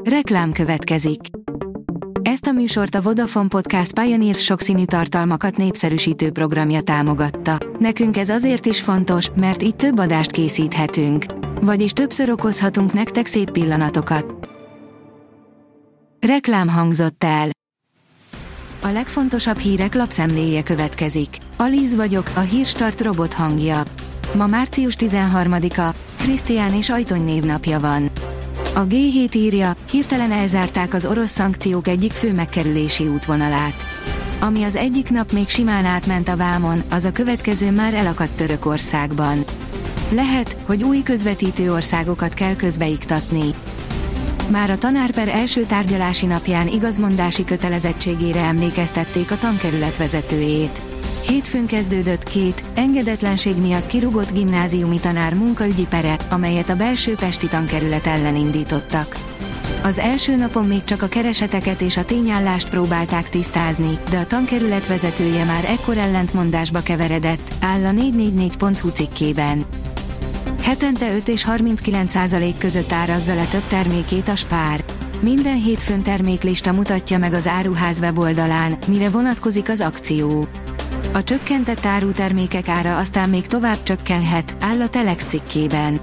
Reklám következik. Ezt a műsort a Vodafone Podcast Pioneer sokszínű tartalmakat népszerűsítő programja támogatta. Nekünk ez azért is fontos, mert így több adást készíthetünk. Vagyis többször okozhatunk nektek szép pillanatokat. Reklám hangzott el. A legfontosabb hírek lapszemléje következik. Alíz vagyok, a Hírstart robot hangja. Ma március 13-a, Krisztián és Ajtony névnapja van. A G7 írja, hirtelen elzárták az orosz szankciók egyik fő megkerülési útvonalát. Ami az egyik nap még simán átment a vámon, az a következő már elakadt Törökországban. Lehet, hogy új közvetítő országokat kell közbeiktatni. Már a tanárper első tárgyalási napján igazmondási kötelezettségére emlékeztették a tankerület vezetőjét. Hétfőn kezdődött két, engedetlenség miatt kirúgott gimnáziumi tanár munkaügyi pere, amelyet a belső pesti tankerület ellen indítottak. Az első napon még csak a kereseteket és a tényállást próbálták tisztázni, de a tankerület vezetője már ekkor ellentmondásba keveredett, áll a 444.hu cikkében. Hetente 5 és 39% között árazza le több termékét a Spar. Minden hétfőn terméklista mutatja meg az Áruház weboldalán, mire vonatkozik az akció. A csökkentett árutermékek ára aztán még tovább csökkenhet, áll a Telex cikkében.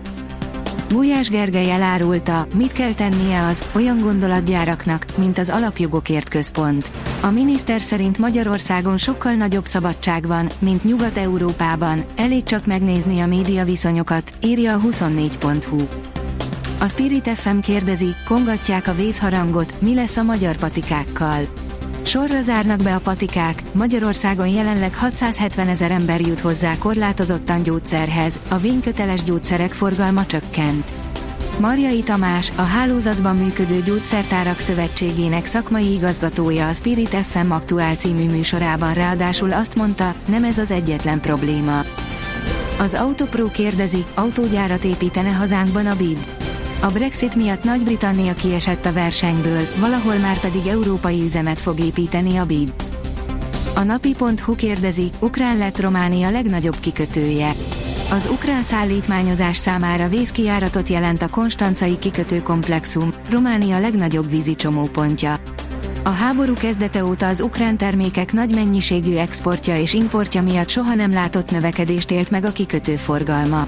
Gulyás Gergely elárulta, mit kell tennie az olyan gondolatgyáraknak, mint az Alapjogokért Központ. A miniszter szerint Magyarországon sokkal nagyobb szabadság van, mint Nyugat-Európában, elég csak megnézni a médiaviszonyokat, írja a 24.hu. A Spirit FM kérdezi, kongatják a vészharangot, mi lesz a magyar patikákkal. Sorra zárnak be a patikák, Magyarországon jelenleg 670 000 ember jut hozzá korlátozottan gyógyszerhez, a vényköteles gyógyszerek forgalma csökkent. Marjai Tamás, a hálózatban működő Gyógyszertárak Szövetségének szakmai igazgatója a Spirit FM Aktuál című műsorában ráadásul azt mondta, nem ez az egyetlen probléma. Az Autopro kérdezi, autógyárat építene hazánkban a BID. A Brexit miatt Nagy-Britannia kiesett a versenyből, valahol már pedig európai üzemet fog építeni a BID. A napi.hu kérdezi, ukrán lett Románia legnagyobb kikötője. Az ukrán szállítmányozás számára vészkijáratot jelent a konstancai kikötőkomplexum, Románia legnagyobb vízi csomópontja. A háború kezdete óta az ukrán termékek nagy mennyiségű exportja és importja miatt soha nem látott növekedést élt meg a kikötőforgalma.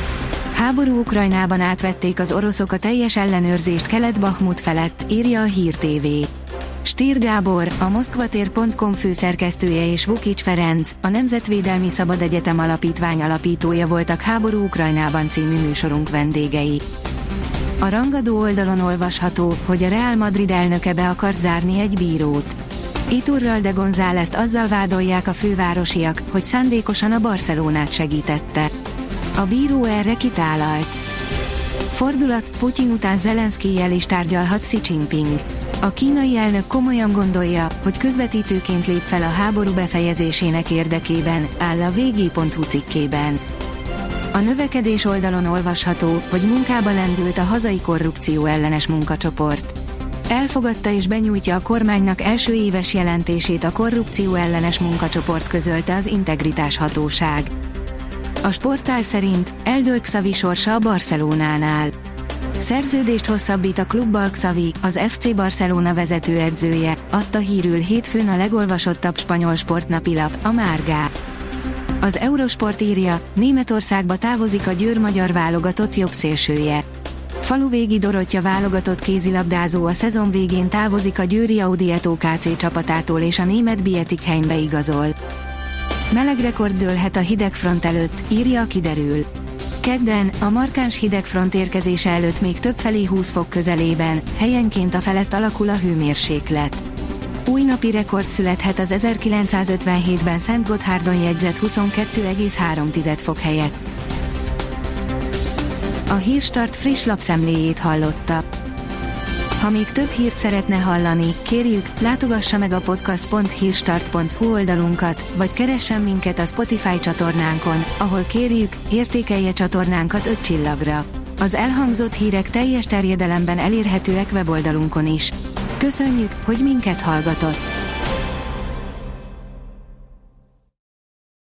Háború Ukrajnában átvették az oroszok a teljes ellenőrzést Kelet-Bahmut felett, írja a Hír TV. Stír Gábor, a moszkvatér.com főszerkesztője és Vukics Ferenc, a Nemzetvédelmi Szabad Egyetem Alapítvány alapítója voltak Háború Ukrajnában című műsorunk vendégei. A rangadó oldalon olvasható, hogy a Real Madrid elnöke be akart zárni egy bírót. Iturral de Gonzálezt azzal vádolják a fővárosiak, hogy szándékosan a Barcelonát segítette. A bíró erre kitálalt. Fordulat, Putyin után Zelenszkijjel is tárgyalhat Xi Jinping. A kínai elnök komolyan gondolja, hogy közvetítőként lép fel a háború befejezésének érdekében, áll a vg.hu cikkében. A növekedés oldalon olvasható, hogy munkába lendült a hazai korrupció ellenes munkacsoport. Elfogadta és benyújtja a kormánynak első éves jelentését a korrupció ellenes munkacsoport, közölte az Integritás Hatóság. A sportál szerint eldőlt Xavi sorsa a Barcelonánál. Szerződést hosszabbít a klubbal Xavi, az FC Barcelona vezetőedzője, adta hírül hétfőn a legolvasottabb spanyol sportnapilap, a Marca. Az Eurosport írja, Németországba távozik a Győr magyar válogatott jobbszélsője. Faluvégi Dorottya válogatott kézilabdázó a szezon végén távozik a győri Audi Eto KC csapatától és a német Bietigheimbe igazol. Meleg rekord dőlhet a hidegfront előtt, írja a Kiderül. Kedden, a markáns hidegfront érkezése előtt még többfelé 20 fok közelében, helyenként a felett alakul a hőmérséklet. Új napi rekord születhet az 1957-ben Szentgotthárdon jegyzett 22,3 fok helyett. A Hírstart friss lapszemléjét hallotta. Ha még több hírt szeretne hallani, kérjük, látogassa meg a podcast.hírstart.hu oldalunkat, vagy keressen minket a Spotify csatornánkon, ahol kérjük, értékelje csatornánkat 5 csillagra. Az elhangzott hírek teljes terjedelemben elérhetőek weboldalunkon is. Köszönjük, hogy minket hallgatott!